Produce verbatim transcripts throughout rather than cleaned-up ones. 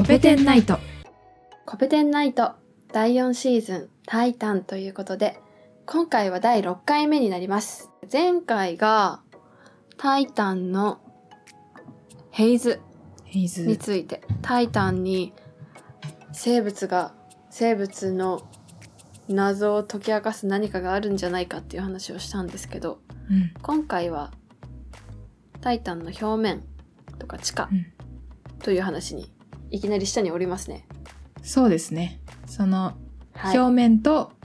コペテンナイト。 コペテンナイトだいよんシーズンタイタンということで、今回はだいろっかいめになります。前回がタイタンのヘイズについて、タイタンに生物が生物の謎を解き明かす何かがあるんじゃないかっていう話をしたんですけど、 うん、 今回はタイタンの表面とか地下という話にいきなり下におりますね。 そうですね。その表面と、はい、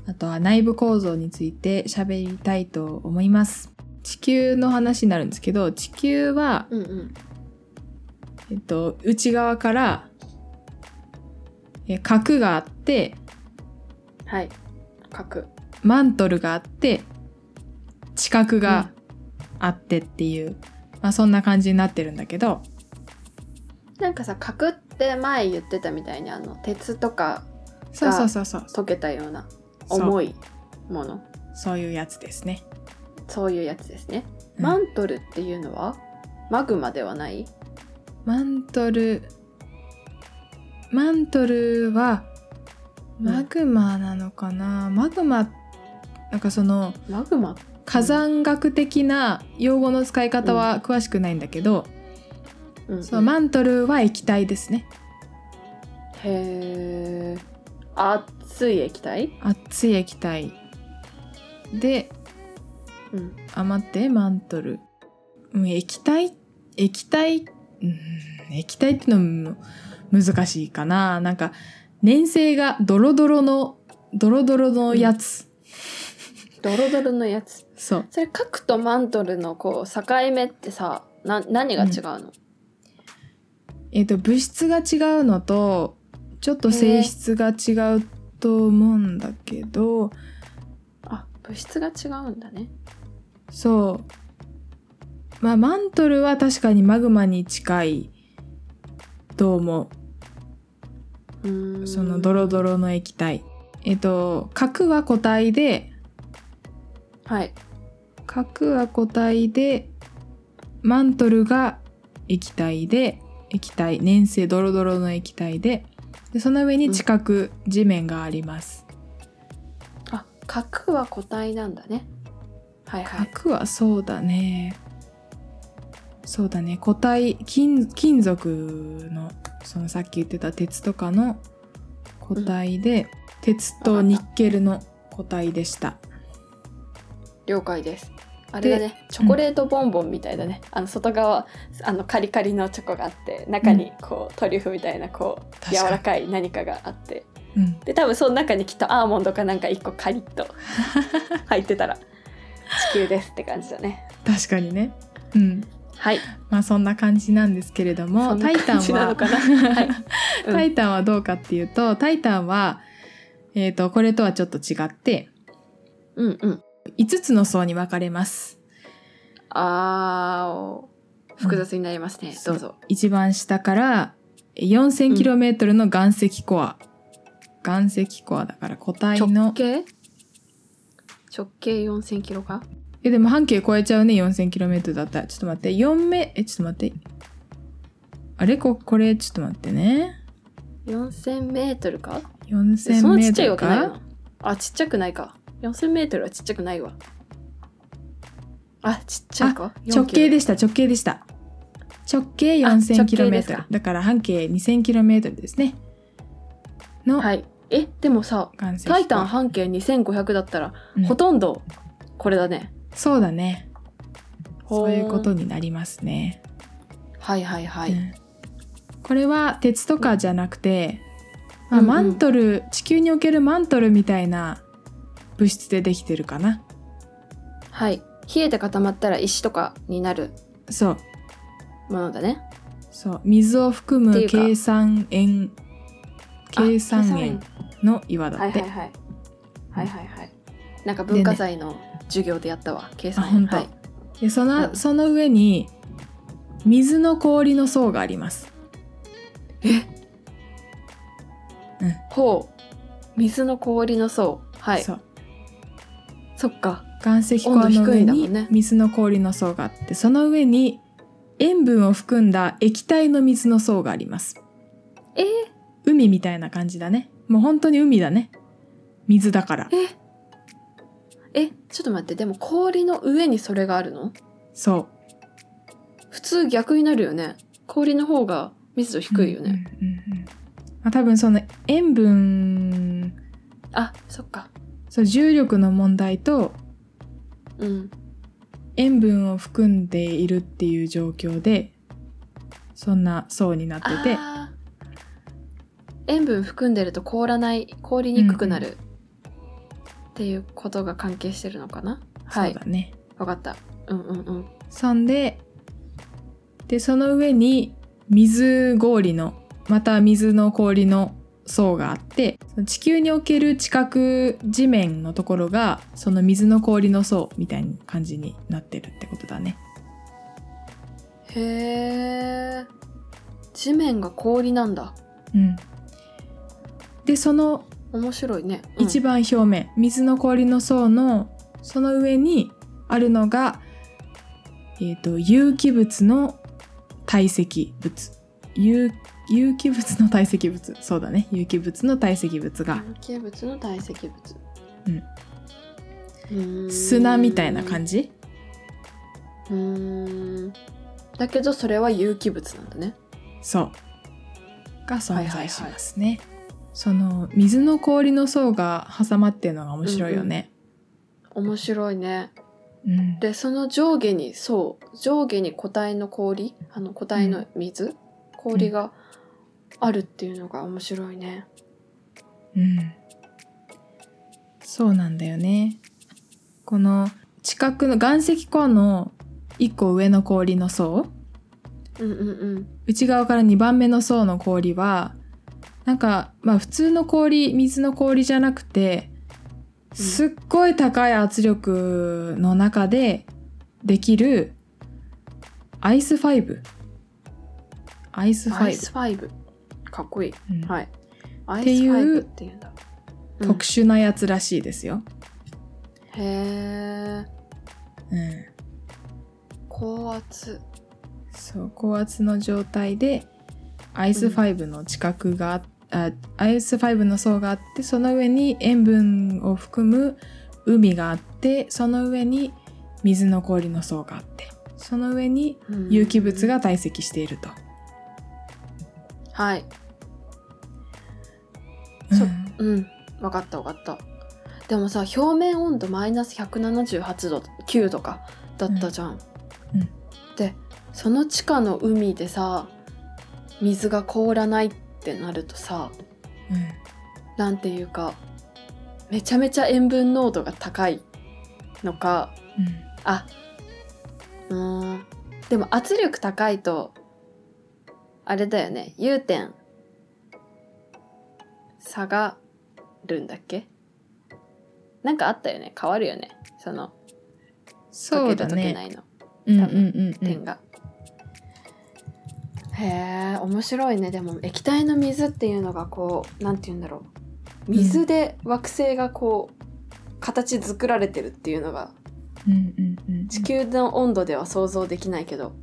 あとは内部構造について喋りたいと思います。地球の話になるんですけど、地球は、 うんうん、 えっと、内側からえ核があって、 はい、核、 マントルがあって地殻があってっていう、うん、まあそんな感じになってるんだけど、 なんかさ、核って前言ってたみたいにあの鉄とかそうがそうそうそう溶けたような重いもの、 そういうやつですね。 そういうやつですね、 うん、 マントルっていうのはマグマではない？ マントルマントルはマグマなのかな、うん、マグマなんかそのマグマ火山学的な用語の使い方は詳しくないんだけど、うん、そのマントルは液体ですね。 へー、熱い液体？ 熱い液体で、 うん、 あ、待ってマントル、うん、液体液体、うん、液体ってのも難しいかな。なんか粘性がドロドロのドロドロのやつ、 うん、ドロドロのやつ。 そうそれ核とマントルのこう境目ってさ、な何が違うの？うん、 えっと物質が違うのとちょっと性質が違うと思うんだけど、 あ、物質が違うんだね。 そう、まあマントルは確かにマグマに近いと思う。うーん、そのドロドロの液体。えっと核は固体で、 はい。 核は固体で、マントルが液体で、液体粘性ドロドロの液体で、でその上に地殻、うん、地面があります。 あ、核は固体なんだね。はいはい。 核はそうだね。そうだね。固体、金、金属のそのさっき言ってた鉄とかの固体で、うん、鉄とニッケルの固体でした。 了解です。あれだね、チョコレートボンボンみたいだね、うん、あの外側あのカリカリのチョコがあって中にこう、うん、トリュフみたいなこう柔らかい何かがあって、うん、で多分その中にきっとアーモンドかなんか一個カリッと入ってたら地球ですって感じだね。 確かにね。うん。 はい。 まあそんな感じなんですけれども、タイタンははい、うん、タイタンはどうかっていうと、タイタンはえっとこれとはちょっと違って、 うんうん。 いつつの層に分かれます。 あー、複雑になりますね、うん、どうぞ。 一番下から よんせんキロメートル の岩石コア、うん、岩石コアだから固体の直径直径よんせんキロか。 えでも半径超えちゃうね。 よんせんキロメートル だったら。ちょっと待って、よんメえちょっと待ってあれここれちょっと待ってね。 よんせんメートルか。 よんせんメートルか。そんなちっちゃいわけないな。あ、ちっちゃくないか。よんせんメートルはちっちゃくないわ。あ、ちっちゃいか。 直径でした直径でした直径 よんせんキロメートル だから半径 にせんキロメートル ですねの。 はい。えでもさ、タイタン半径にせんごひゃくだったら、うん、ほとんどこれだね。 そうだね。そういうことになりますね。 はいはいはい、うん、 これは鉄とかじゃなくて、まあ、マントル、うんうん、地球におけるマントルみたいな物質でできてるかな。 はい。冷えて固まったら石とかになるそうものだね。 そう、水を含む計算塩計算塩の岩だって。 はいはいはいはいはいはい。なんか文化財の授業でやったわ、ね、計算塩。はい。 でその、うん、その上に水の氷の層があります。 え、うん、ほう、水の氷の層。はい。そう、そっか。 岩石コアの上に水の氷の層があって、その上に塩分を含んだ液体の水の層があります。 えー、 海みたいな感じだね。もう本当に海だね。水だから。 ええちょっと待って、でも氷の上にそれがあるの？ そう普通逆になるよね。氷の方が密度低いよね。 うんうんうんうん、まあ、多分その塩分、 あ、そっか。 そう重力の問題とうん塩分を含んでいるっていう状況でそんな層になってて、 あー塩分含んでると凍らない、凍りにくくなる、うんうん、っていうことが関係してるのかな。はい、 そうだね。 分かった。うんうんうん。 そんででその上に水氷のまた水の氷の層があって、地球における地殻地面のところがその水の氷の層みたいな感じになってるってことだね。 へー、地面が氷なんだ。 うん。でその面白いね、うん、 一番表面、水の氷の層のその上にあるのが、えーと、有機物の堆積物。有有機物の堆積物。そうだね。有機物の堆積物が。 有機物の堆積物。 うん。うーん砂みたいな感じ？ うーん。だけどそれは有機物なんだね。 そう。が存在しますね。はいはいはい、その水の氷の層が挟まってるのが面白いよね。 うんうん、面白いね。 うん、 でその上下にそう上下に固体の氷、あの固体の水、うん、氷があるっていうのが面白いね。 うん、そうなんだよね。この近くの岩石コアのいっこ上の氷の層、 うんうんうん、 内側からにばんめの層の氷はなんかまあ普通の氷、水の氷じゃなくてすっごい高い圧力の中でできるアイスファイブアイスファイブアイスファイブかっこいい、うん、はい。アイスファイブっていうんだ、 うん、特殊なやつらしいですよ。 へー、 うん、 高圧、 そう高圧の状態でアイスファイブの地殻があって、うん、あアイスファイブの層があって、その上に塩分を含む海があって、その上に水の氷の層があって、その上に有機物が堆積していると。 はい、 うん、 そうん分かった分かった。でもさ、表面温度マイナスひゃくななじゅうはちどきゅうどかだったじゃん、 うんうん、 でその地下の海でさ水が凍らないってなるとさ、うん、なんていうかめちゃめちゃ塩分濃度が高いのか、うん、あうーんでも圧力高いとあれだよね、融点下がるんだっけ、なんかあったよね、変わるよね、そのそうだね、 溶ける溶けないの、 うんうんうんうん、 点が。へえ、面白いね。でも液体の水っていうのがこうなんて言うんだろう、水で惑星がこう、うん、形作られてるっていうのが、 うんうんうん、 地球の温度では想像できないけど、うん、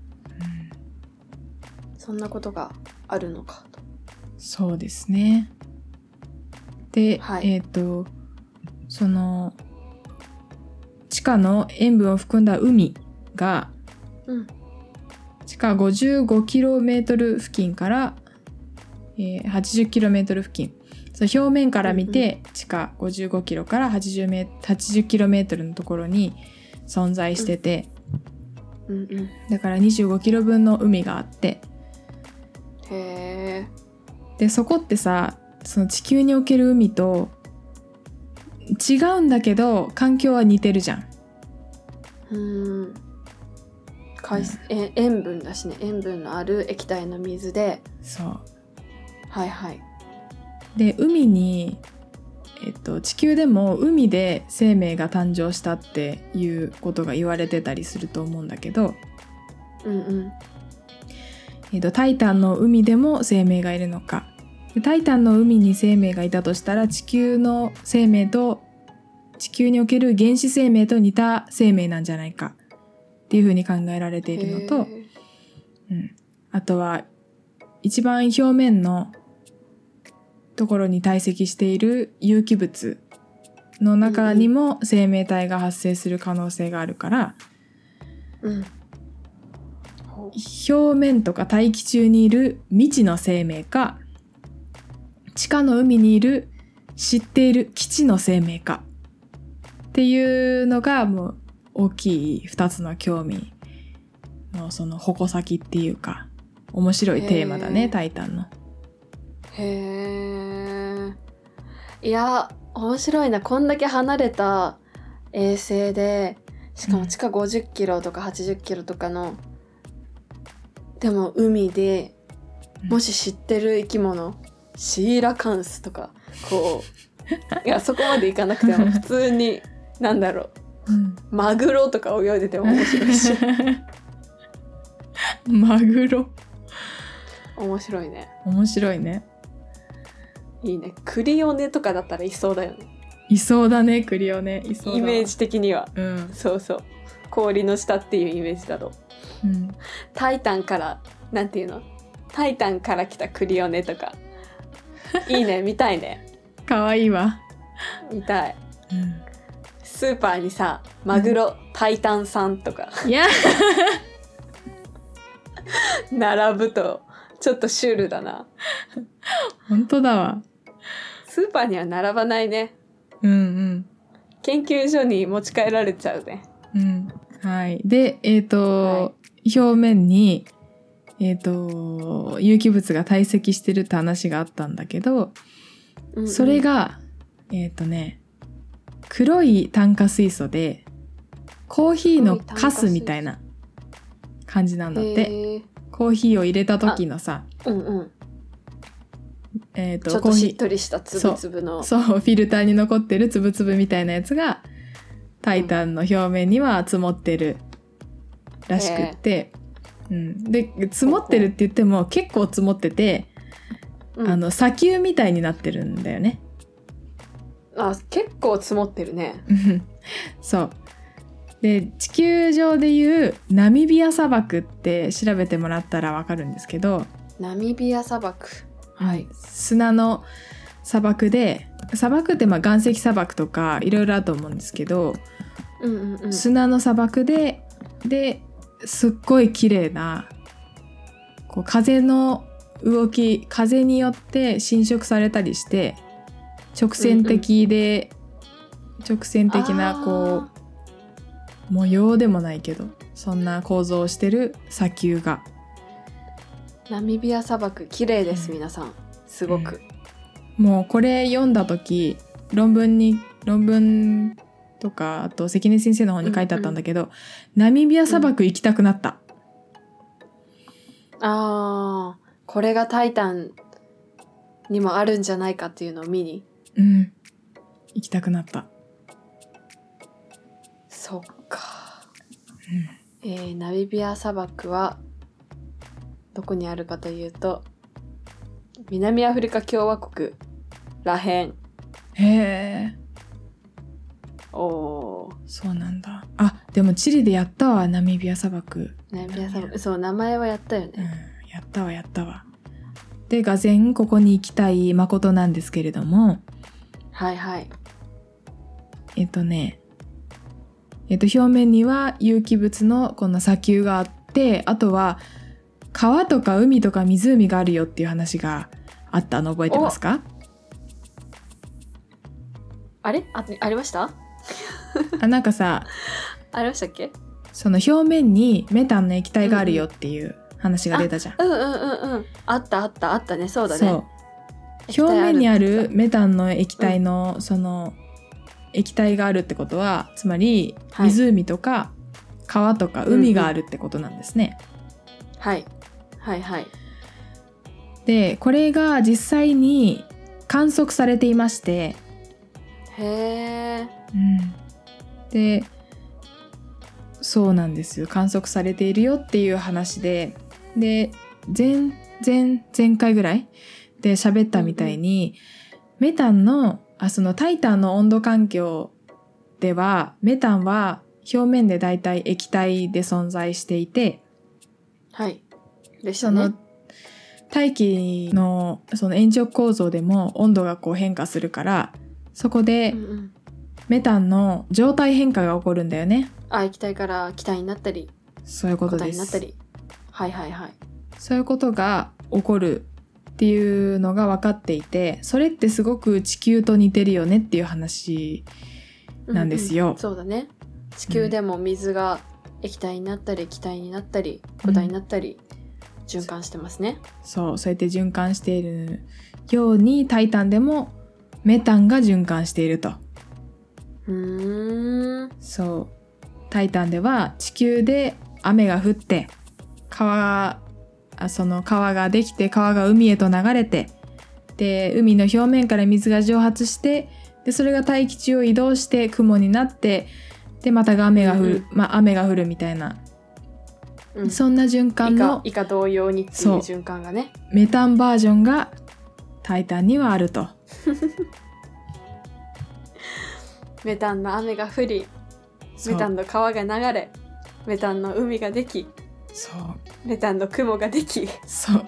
そんなことがあるのかと。 そうですね。で、はい、えっとその地下の塩分を含んだ海が、うん、地下 ごじゅうごキロメートル 付近から、えー、はちじゅっキロメートル 付近、その表面から見て、うんうん、地下ごじゅうごキロからはちじゅうキロメートルのところに存在してて、うんうんうん、だからにじゅうごキロぶんの海があって、 へー、 でそこってさ、その地球における海と違うんだけど環境は似てるじゃん。 うーん、海水、うん、塩分だしね、塩分のある液体の水で、 そう、 はいはい。 で海に、えっと、地球でも海で生命が誕生したっていうことが言われてたりすると思うんだけど、 うんうん、 えっと、タイタンの海でも生命がいるのか、でタイタンの海に生命がいたとしたら地球の生命と地球における原始生命と似た生命なんじゃないかっていうふうに考えられているのと、うん、あとは一番表面のところに堆積している有機物の中にも生命体が発生する可能性があるから、 うん、 表面とか大気中にいる未知の生命か、地下の海にいる知っている基地の生命かっていうのがもう大きい二つの興味のその矛先っていうか面白いテーマだね、タイタンの。 へー。いや、面白いな。こんだけ離れた衛星で、しかも地下ごじゅっキロとかはちじゅっキロとかの、うん、でも海で、もし知ってる生き物、うん、シーラカンスとか、こう、いや、そこまでいかなくても普通に、なんだろう、うん、マグロとか泳いでても面白いし。 マグロ面白いね。 面白いね。 いいね。クリオネとかだったらいそうだよね。 いそうだね、クリオネ。いそうだ。 イメージ的には、 うん、 そうそう。氷の下っていうイメージだと。 うん、 タイタンからなんていうの？タイタンから来たクリオネとか。いいね、見たいね。 かわいいわ。 見たい。 うん、 スーパーにさ、マグロ、うん、タイタンさんとか。 いや。 並ぶとちょっとシュールだな。 本当だわ。 スーパーには並ばないね。 うんうん。 研究所に持ち帰られちゃうね。 うん。はい。で、えっと、はい、表面に、えっと、有機物が堆積してるって話があったんだけど、うんうん、それが、えっとね、黒い炭化水素で、コーヒーのカスみたいな感じなんだって。コーヒーを入れた時のさ、 うんうん、 えーと、 ちょっとしっとりしたつぶつぶのそう、そうフィルターに残ってるつぶつぶみたいなやつがタイタンの表面には積もってるらしくって、うん、で積もってるって言っても結構積もってて、うん、あの砂丘みたいになってるんだよね。 あ、結構積もってるね。 そうで、地球上でいうナミビア砂漠って調べてもらったらわかるんですけど、 ナミビア砂漠、 はい、砂の砂漠で、砂漠ってまあ岩石砂漠とかいろいろあると思うんですけど、 うんうんうん、 砂の砂漠でですっごい綺麗なこう風の動き、風によって侵食されたりして直線的で、うんうん、直線的なこう模様でもないけどそんな構造をしてる砂丘が。 ナミビア砂漠綺麗です、うん、皆さんすごく、 うん、もうこれ読んだ時論文に論文とかあと関根先生の方に書いてあったんだけど、うんうん、ナミビア砂漠行きたくなった、 うん、あーこれがタイタンにもあるんじゃないかっていうのを見に、 うん行きたくなった。 そっか、うん、えー、ナミビア砂漠はどこにあるかというと南アフリカ共和国らへん。 へー、 おー、 そうなんだ。あ、でもチリでやったわ、ナミビア砂漠。 ナミビア砂漠、そう、名前はやったよね、 うん、やったわやったわ。で、がぜんここに行きたい誠なんですけれども、 はいはい、 えっとねえっと表面には有機物のこの砂丘があって、あとは川とか海とか湖があるよっていう話があったの覚えてますか？ あれ あ, ありましたあ、なんかさありましたっけ？ その表面にメタンの液体があるよっていう話が出たじゃん。 うんうん、うんうんうんあったあったあったね。そうだね。 そう表面にあるメタンの液体の、うん、その液体があるってことはつまり湖とか川とか海があるってことなんですね、 うんうん、はいはいはい。 でこれが実際に観測されていまして、 へー、 うん、でそうなんですよ、観測されているよっていう話で、で前前前回ぐらいで喋ったみたいに、うんうん、メタンのあそのタイタンの温度環境ではメタンは表面でだいたい液体で存在していて、 はいでしたね。 その大気のその延長構造でも温度がこう変化するから、そこでメタンの状態変化が起こるんだよね。 あ、液体から気体になったり、 そういうことです。 固体になったり。はいはいはい。 そういうことが起こるっていうのが分かっていて、それってすごく地球と似てるよねっていう話なんですよ。 うんうん、そうだね。地球でも水が液体になったり気体になったり固体になったり、うん、循環してますね。 そう、そうやって循環しているようにタイタンでもメタンが循環していると。 うーん。 そう、タイタンでは地球で雨が降って川その川ができて、川が海へと流れて、で海の表面から水が蒸発して、でそれが大気中を移動して雲になって、でまたが雨が降る、うんまあ、雨が降るみたいな、うん、そんな循環の以下同様にっていう循環がね、 メタンバージョンがタイタンにはあると。 メタンの雨が降り、メタンの川が流れ、メタンの海ができ、 そうメタンの雲ができ、 そう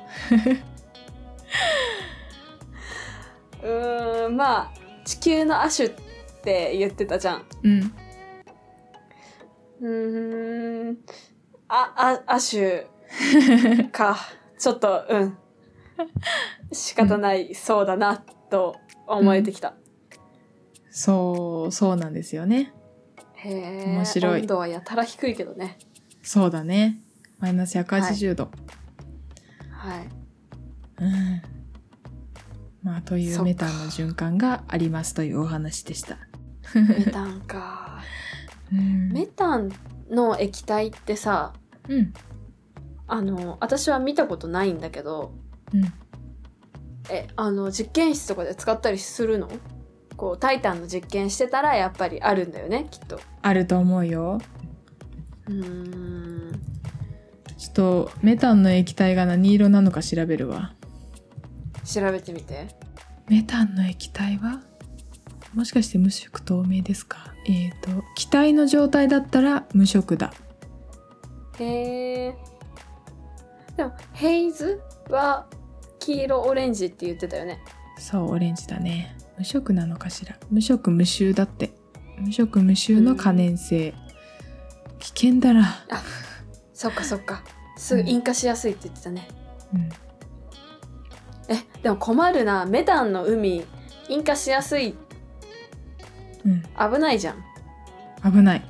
うーん、まあ地球の亜種って言ってたじゃん。 うんうーんああ亜種かちょっとうん仕方ない、うん、そうだなと思えてきた、うん、 そうそうなんですよね。 へえ、 面白い。 温度はやたら低いけどね。 そうだね、マイナスひゃくはちじゅうど。 はい、はい、 うん、まあというメタンの循環がありますというお話でした。 メタンか、うん、メタンの液体ってさ、 うん、 あの私は見たことないんだけど、 うん、 えあの実験室とかで使ったりするの？こうタイタンの実験してたらやっぱりあるんだよね、きっと。 あると思うよ。 うーん、 ちょっとメタンの液体が何色なのか調べるわ。 調べてみて。 メタンの液体はもしかして無色透明ですか？えっと気体の状態だったら無色だ。 へえ。でもヘイズは黄色オレンジって言ってたよね。 そう、オレンジだね。無色なのかしら。無色無臭だって。無色無臭の可燃性、危険だな。 あ、そっかそっか、すぐ引火しやすいって言ってたね、 うん、 えでも困るな、メタンの海引火しやすい、 うん、 危ないじゃん。 危ない。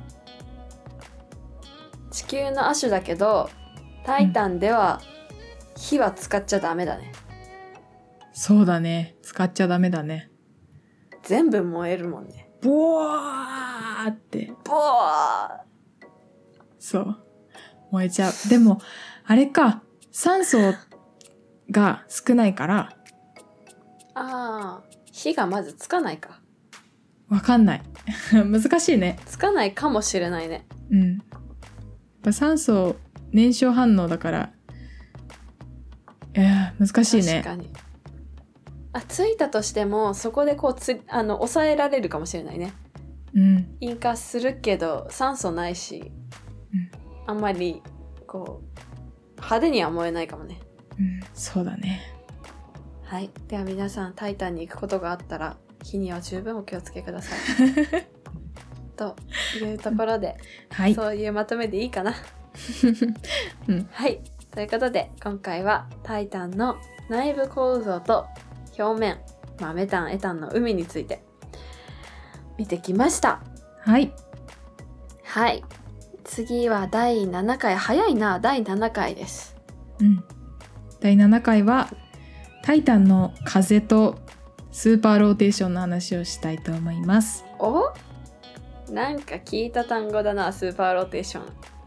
地球の亜種だけどタイタンでは火は使っちゃダメだね、 うん、そうだね、使っちゃダメだね。 全部燃えるもんね。 ボワーってボワー、 そう燃えちゃう。でもあれか、酸素が少ないから、 あー、火がまずつかないか。 わかんない難しいね。 つかないかもしれないね。 うん、やっぱ酸素燃焼反応だから、いや難しいね。 確かに。あ、ついたとしてもそこでこうつあの抑えられるかもしれないね。 うん、 引火するけど酸素ないし、 うん、 あんまりこう派手には燃えないかもね、 うん、そうだね。 はい、では皆さんタイタンに行くことがあったら火には十分お気をつけくださいというところで、はい、そういうまとめでいいかな、うん、はい、ということで今回はタイタンの内部構造と表面、まあ、メタンエタンの海について見てきました。 はいはい、次はだいななかい。早いな、だいななかいです。 うん、だいななかいはタイタンの風とスーパーローテーションの話をしたいと思います。 お、なんか聞いた単語だな、スーパーローテーション、 うん、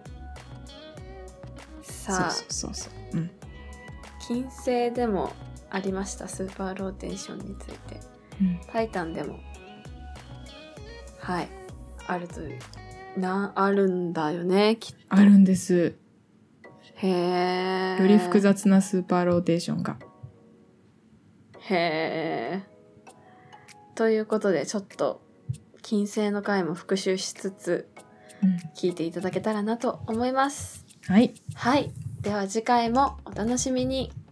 さあ、 そうそうそうそう、うん、 金星でもありました、スーパーローテーションについて、 うん、 タイタンでもはいあるというな、あるんだよね、きっと。 あるんです。 へー、 より複雑なスーパーローテーションが。 へー、ということでちょっと金星の回も復習しつつ、うん、聞いていただけたらなと思います。 はい、 はい、では次回もお楽しみに。